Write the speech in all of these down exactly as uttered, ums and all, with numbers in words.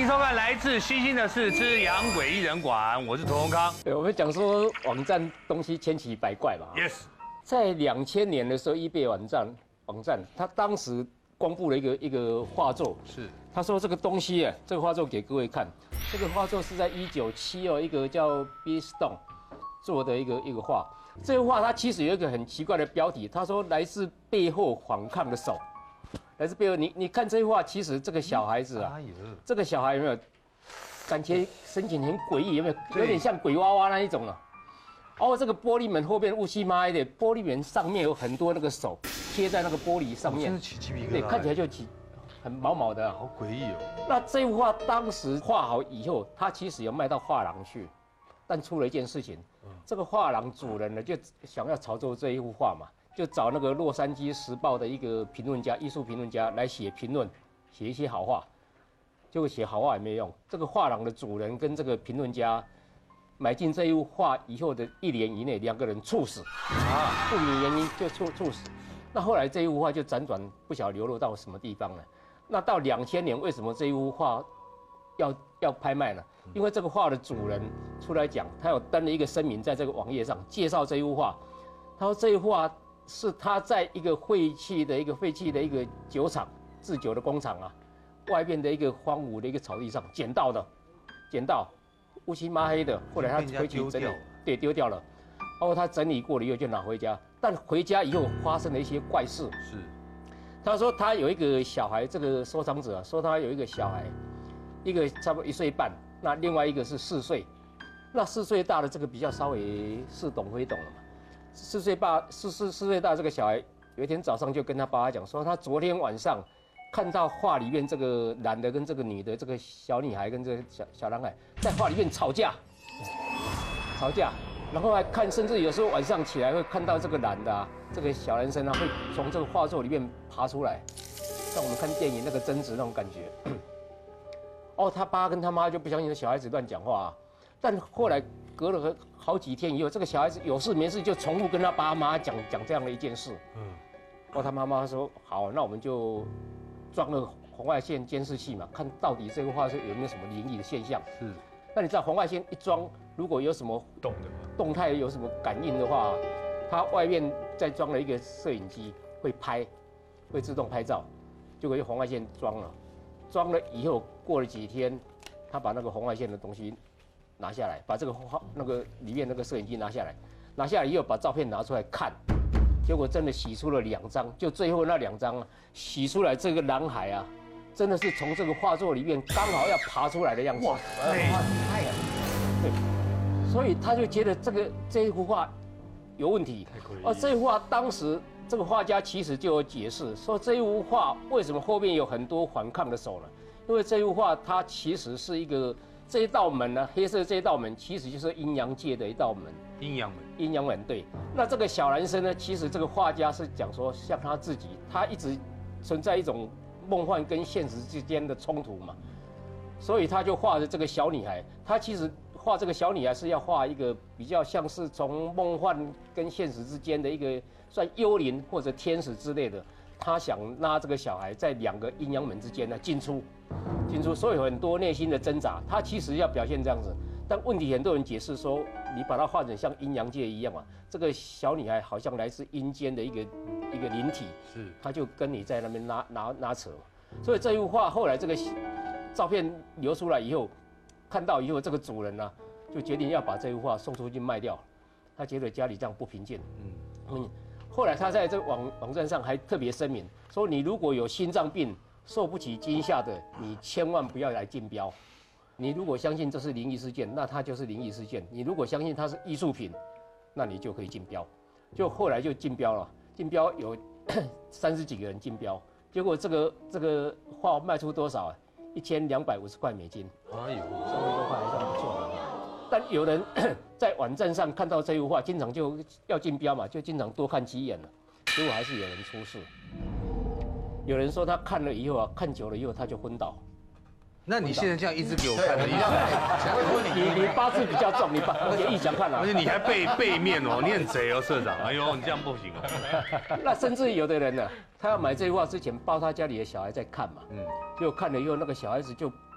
迎收看来自星星的事之洋鬼艺人馆，我是屠洪康。 对，我们讲说网站东西千奇百怪嘛。 Yes， 在两千年的时候，eBay 网站网站，它当时公布了一个一个画作， 是他说这个东西啊，这个画作给各位看，这个画作是在一九七二一个叫 B Stone 做的一个一个画。这个画它其实有一个很奇怪的标题，他说来自背后反抗的手。来自背后，你你看这句话，其实这个小孩子啊，这个小孩有没有感觉神情很诡异？有没有有点像鬼娃娃那一种了？哦，这个玻璃门后面乌漆嘛黑的，玻璃门上面有很多那个手贴在那个玻璃上面， 真的起鸡皮疙瘩。 对，看起来就起很毛毛的， 好诡异哦。 那这幅画当时画好以后，它其实有卖到画廊去，但出了一件事情，这个画廊主人呢就想要炒作这一幅画嘛。就找那个《洛杉矶时报》的一个评论家、艺术评论家来写评论，写一些好话。结果写好话也没用。这个画廊的主人跟这个评论家买进这一幅画以后的一年以内，两个人猝死啊，不明原因就猝猝死。那后来这一幅画就辗转不晓得流落到什么地方了。那到两千年，为什么这一幅画要要拍卖呢？因为这个画的主人出来讲，他有登了一个声明在这个网页上介绍这一幅画，他说这一幅画。是他在一个废弃的一个废弃的一个酒厂制酒的工厂啊，外边的一个荒芜的一个草地上捡到的，捡到乌漆嘛黑的，后来他回去整理，对，丢掉了。然后他整理过了以后就拿回家，但回家以后发生了一些怪事。是，他说他有一个小孩，这个收藏者、啊、说他有一个小孩，一个差不多一岁半，那另外一个是四岁，那四岁大的这个比较稍微似懂非懂了嘛。四岁大四四四岁大这个小孩，有一天早上就跟他爸爸讲说，他昨天晚上看到画里面这个男的跟这个女的，这个小女孩跟这个小小男孩在画里面吵架，吵架，然后还看，甚至有时候晚上起来会看到这个男的啊，这个小男生啊会从这个画作里面爬出来，像我们看电影那个贞子那种感觉。哦，他爸跟他妈就不相信小孩子乱讲话啊，但后来。隔了好几天以后，这个小孩子有事没事就重复跟他爸妈讲讲这样的一件事。嗯，哦，他妈妈说好，那我们就装了红外线监视器嘛，看到底这个画是有没有什么灵异的现象。是，那你知道红外线一装，如果有什么动的动态有什么感应的话，它外面再装了一个摄影机，会拍，会自动拍照。结果用红外线装了，装了以后过了几天，他把那个红外线的东西。拿下来，把这个画那个里面那个摄影机拿下来，拿下来以后把照片拿出来看，结果真的洗出了两张，就最后那两张啊，洗出来这个男孩啊，真的是从这个画作里面刚好要爬出来的样子。哇塞，太啊！对，所以他就觉得这个这一幅画有问题。而这幅画当时这个画家其实就有解释说，这一幅画为什么后面有很多反抗的手呢？因为这幅画它其实是一个。这一道门呢，黑色这一道门其实就是阴阳界的一道门。 阴阳门， 阴阳门对。那这个小男生呢，其实这个画家是讲说，像他自己，他一直存在一种梦幻跟现实之间的冲突嘛，所以他就画着这个小女孩。他其实画这个小女孩是要画一个比较像是从梦幻跟现实之间的一个算幽灵或者天使之类的。他想拉这个小孩在两个阴阳门之间呢进出。进出，所以很多内心的挣扎，他其实要表现这样子，但问题很多人解释说，你把它画成像阴阳界一样啊，这个小女孩好像来自阴间的一个一个灵体，是，他就跟你在那边拉拉拉扯，所以这幅画后来这个照片流出来以后，看到以后这个主人呢、啊，就决定要把这幅画送出去卖掉，他觉得家里这样不平静，嗯嗯，后来他在这个网网站上还特别声明说，你如果有心脏病。受不起惊吓的，你千万不要来竞标。你如果相信这是灵异事件，那它就是灵异事件；你如果相信它是艺术品，那你就可以竞标。就后来就竞标了，竞标有三十几个人竞标，结果这个这个画卖出多少啊？一千两百五十块美金。哎呦，三百多块还算不错的。但有人在网站上看到这幅画，经常就要竞标嘛，就经常多看几眼了，结果还是有人出事。有人说他看了以后啊，看久了以后他就昏倒。 那你现在这样一直给我看，你这样， 你你八字比较重，你八而且异想看啊， 而且你还背背面哦，你很贼哦，社长。哎呦，你这样不行啊。 那甚至有的人呢、啊，他要买这幅画之前，抱他家里的小孩在看嘛，嗯，结果看了以后，那个小孩子就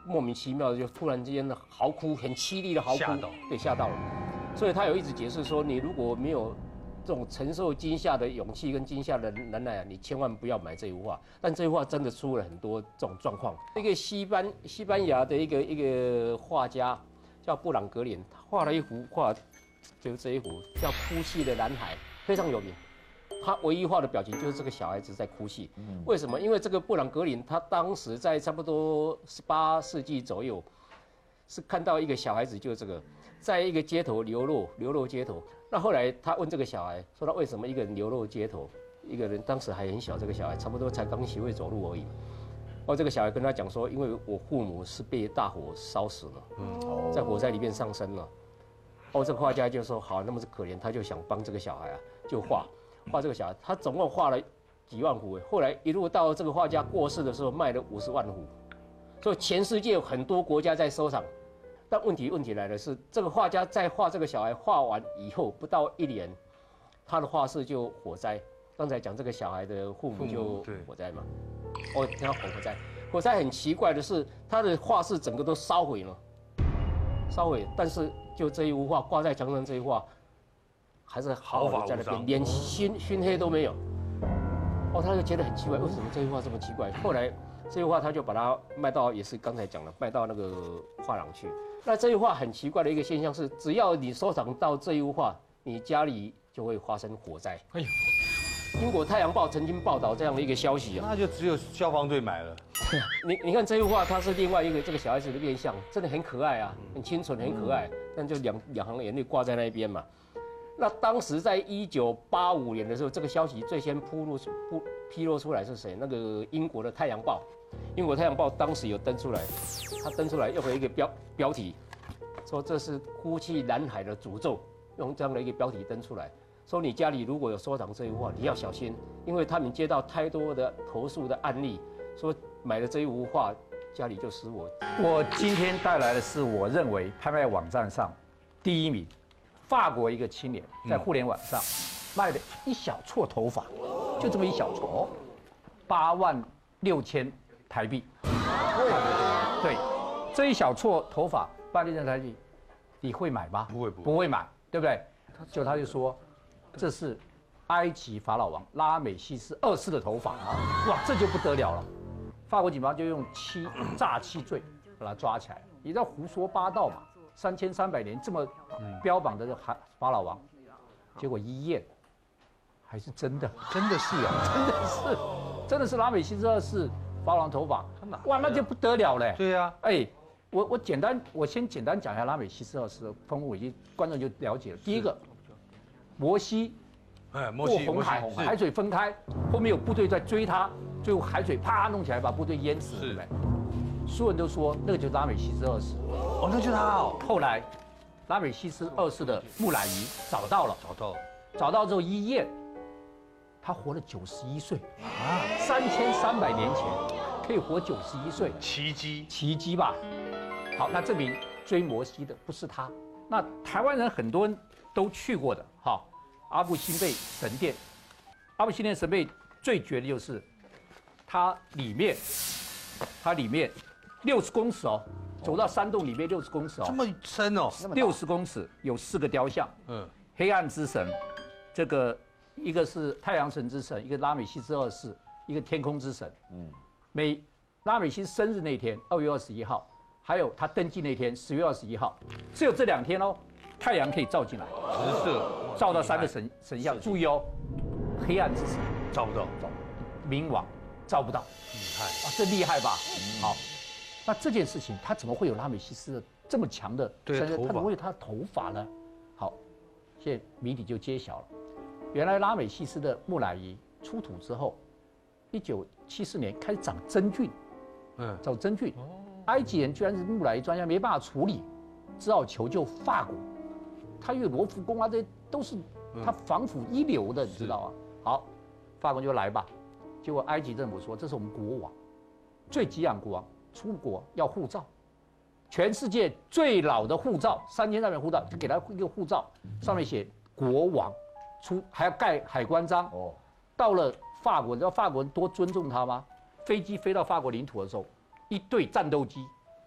莫名其妙的就突然之间的嚎哭，很凄厉的嚎哭， 吓到， 对，吓到了。所以他有一直解释说，你如果没有这种承受惊吓的勇气跟惊吓的能耐啊，你千万不要买这幅画。但这幅画真的出了很多这种状况。一个西班西班牙的一个一个画家叫布朗格林，他画了一幅画，就是这一幅叫《哭泣的男孩》，非常有名。他唯一画的表情就是这个小孩子在哭泣。为什么？因为这个布朗格林他当时在差不多十八世纪左右，是看到一个小孩子，就是这个，在一个街头流落，流落街头。那后来他问这个小孩，说他为什么一个人流落街头？一个人当时还很小，这个小孩差不多才刚学会走路而已。哦，这个小孩跟他讲说，因为我父母是被大火烧死了，嗯，在火灾里面丧生了。哦，这个画家就说好，那么是可怜，他就想帮这个小孩啊，就画。画这个小孩，他总共画了几万幅，后来一路到这个画家过世的时候，卖了五十万幅，所以全世界有很多国家在收藏。但问题问题来的是，这个画家在画这个小孩画完以后，不到一年，他的画室就火灾。刚才讲这个小孩的父母就火灾嘛，哦，他火灾，火灾很奇怪的是，他的画室整个都烧毁了，烧毁，但是就这一幅画挂在墙上，这一幅画。还是好好的在那边，连熏熏黑都没有。哦，他就觉得很奇怪，为什么这幅画这么奇怪？后来这幅画他就把它卖到，也是刚才讲了，卖到那个画廊去。那这幅画很奇怪的一个现象是，只要你收藏到这一幅画，你家里就会发生火灾。哎呦，英国《太阳报》曾经报道这样的一个消息啊， 那就只有消防队买了。 你你看这幅画，它是另外一个这个小孩子的面相，真的很可爱啊，很清纯，很可爱，但就两两行眼泪挂在那边嘛。那当时在一九八五年的时候，这个消息最先披露出不披露出来是谁？那个英国的《太阳报》，英国《太阳报》当时有登出来，他登出来用了一个标标题，说这是哭泣男孩的诅咒，用这样的一个标题登出来，说你家里如果有收藏这幅画，你要小心，因为他们接到太多的投诉的案例，说买了这一幅画，家里就失火。 我今天带来的是我认为拍卖网站上第一名。法国一个青年在互联网上卖了一小撮头发，就这么一小撮，八万六千台币。对，这一小撮头发八万六千台币，你会买吗？ 不会，不会， 不会买，对不对？就他就说，这是埃及法老王拉美西斯二世的头发啊！哇，这就不得了了。法国警方就用欺诈欺罪把他抓起来，你在胡说八道嘛？三千三百年这么标榜的法法老王，结果一验，还是真的， 真的是啊， 真的是，真的是拉美西斯二世法老王头发，哇，那就不得了嘞。 对呀， 哎，我我简单，我先简单讲一下拉美西斯二世的丰富，以及观众就了解了。第一个，摩西， 哎， 过红海，海水分开，后面有部队在追他，最后海水啪弄起来，把部队淹死了，对不对？所有人都说那个就是拉美西斯二世， 哦，那就是他哦。 后来，拉美西斯二世的木乃伊找到了， 找到了， 找到之后一验，他活了九十一岁啊，三千三百年前可以活九十一岁， 奇迹， 奇迹吧？好，那证明追摩西的不是他。那台湾人很多人都去过的，哈，阿布辛贝神殿，阿布辛贝神殿最绝的就是它里面，它里面。六十公尺哦，走到山洞里面六十公尺哦， 这么深哦， 六十公尺有四个雕像，嗯，黑暗之神，这个一个是太阳神之神，一个拉美西斯二世，一个天空之神，嗯，每拉美西斯生日那天二月二十一号，还有他登基那天十月二十一号，只有这两天哦，太阳可以照进来， 直射照到三个神神像，注意哦，黑暗之神照不到， 照冥王照不到， 厉害啊，这厉害吧？好。那这件事情，他怎么会有拉美西斯的这么强的？ 对， 他怎么会有他的头发呢？好，现在谜底就揭晓了。原来拉美西斯的木乃伊出土之后，一九七四年开始长真菌，嗯，长真菌。埃及人居然是木乃伊专家，没办法处理，只好求救法国。他因为罗浮宫啊，这些都是他防腐一流的，你知道啊？好，法国就来吧。结果埃及政府说，这是我们国王，最吉养国王。出国要护照，全世界最老的护照，三千三百护照，就给他一个护照，上面写国王，出还要盖海关章。哦，到了法国，你知道法国人多尊重他吗？飞机飞到法国领土的时候，一队战斗机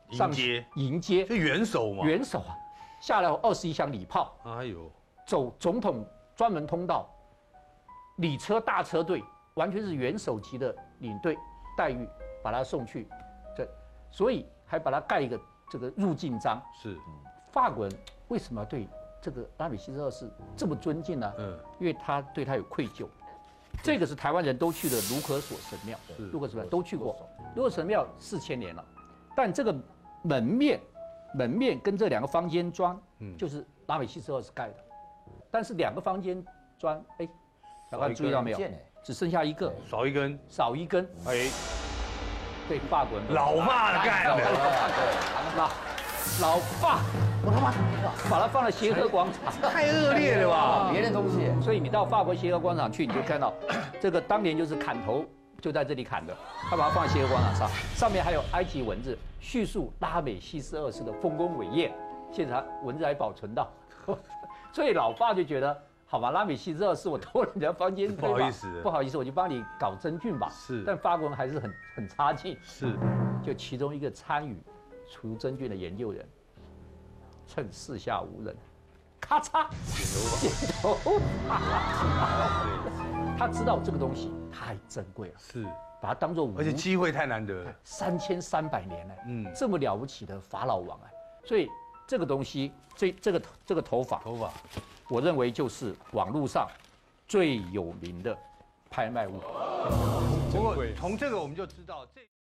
迎接迎接， 这元首嘛， 元首啊，下来二十一箱礼炮， 哎呦， 走总统专门通道，礼车大车队，完全是元首级的领队待遇，把他送去，这所以还把他盖一个这个入境章。 是， 法国人为什么对这个拉美西斯二世这么尊敬呢？嗯，因为他对他有愧疚。这个是台湾人都去的卢可索神庙，卢可索都去过。卢可索神庙四千年了，但这个门面，门面跟这两个方尖砖，就是拉美西斯二世盖的。但是两个方尖砖，哎，大家注意到没有？只剩下一个， 少一根， 少一根。哎，对法国人， 老爸的干的， 老老爸，我他妈把它放在协和广场， 太恶劣了吧？ 别的东西。 所以你到法国协和广场去，你就看到这个当年就是砍头就在这里砍的，他把它放在协和广场上，上面还有埃及文字叙述拉美西斯二世的丰功伟业，现在文字还保存到。所以老爸就觉得，好吧，拉美西斯二世我偷人家房间， 不好意思， 不好意思，我就帮你搞真菌吧。 是， 但法国人还是很很差劲。 是， 就其中一个参与除真菌的研究人，趁四下无人，咔嚓剪头发，他知道这个东西太珍贵了， 是， 把它当做， 而且机会太难得了， 三千三百年呢， 嗯， 这么了不起的法老王哎，所以这个东西，这这个这个头发， 头发， 我认为就是网络上最有名的拍卖物。 不过从这个我们就知道这。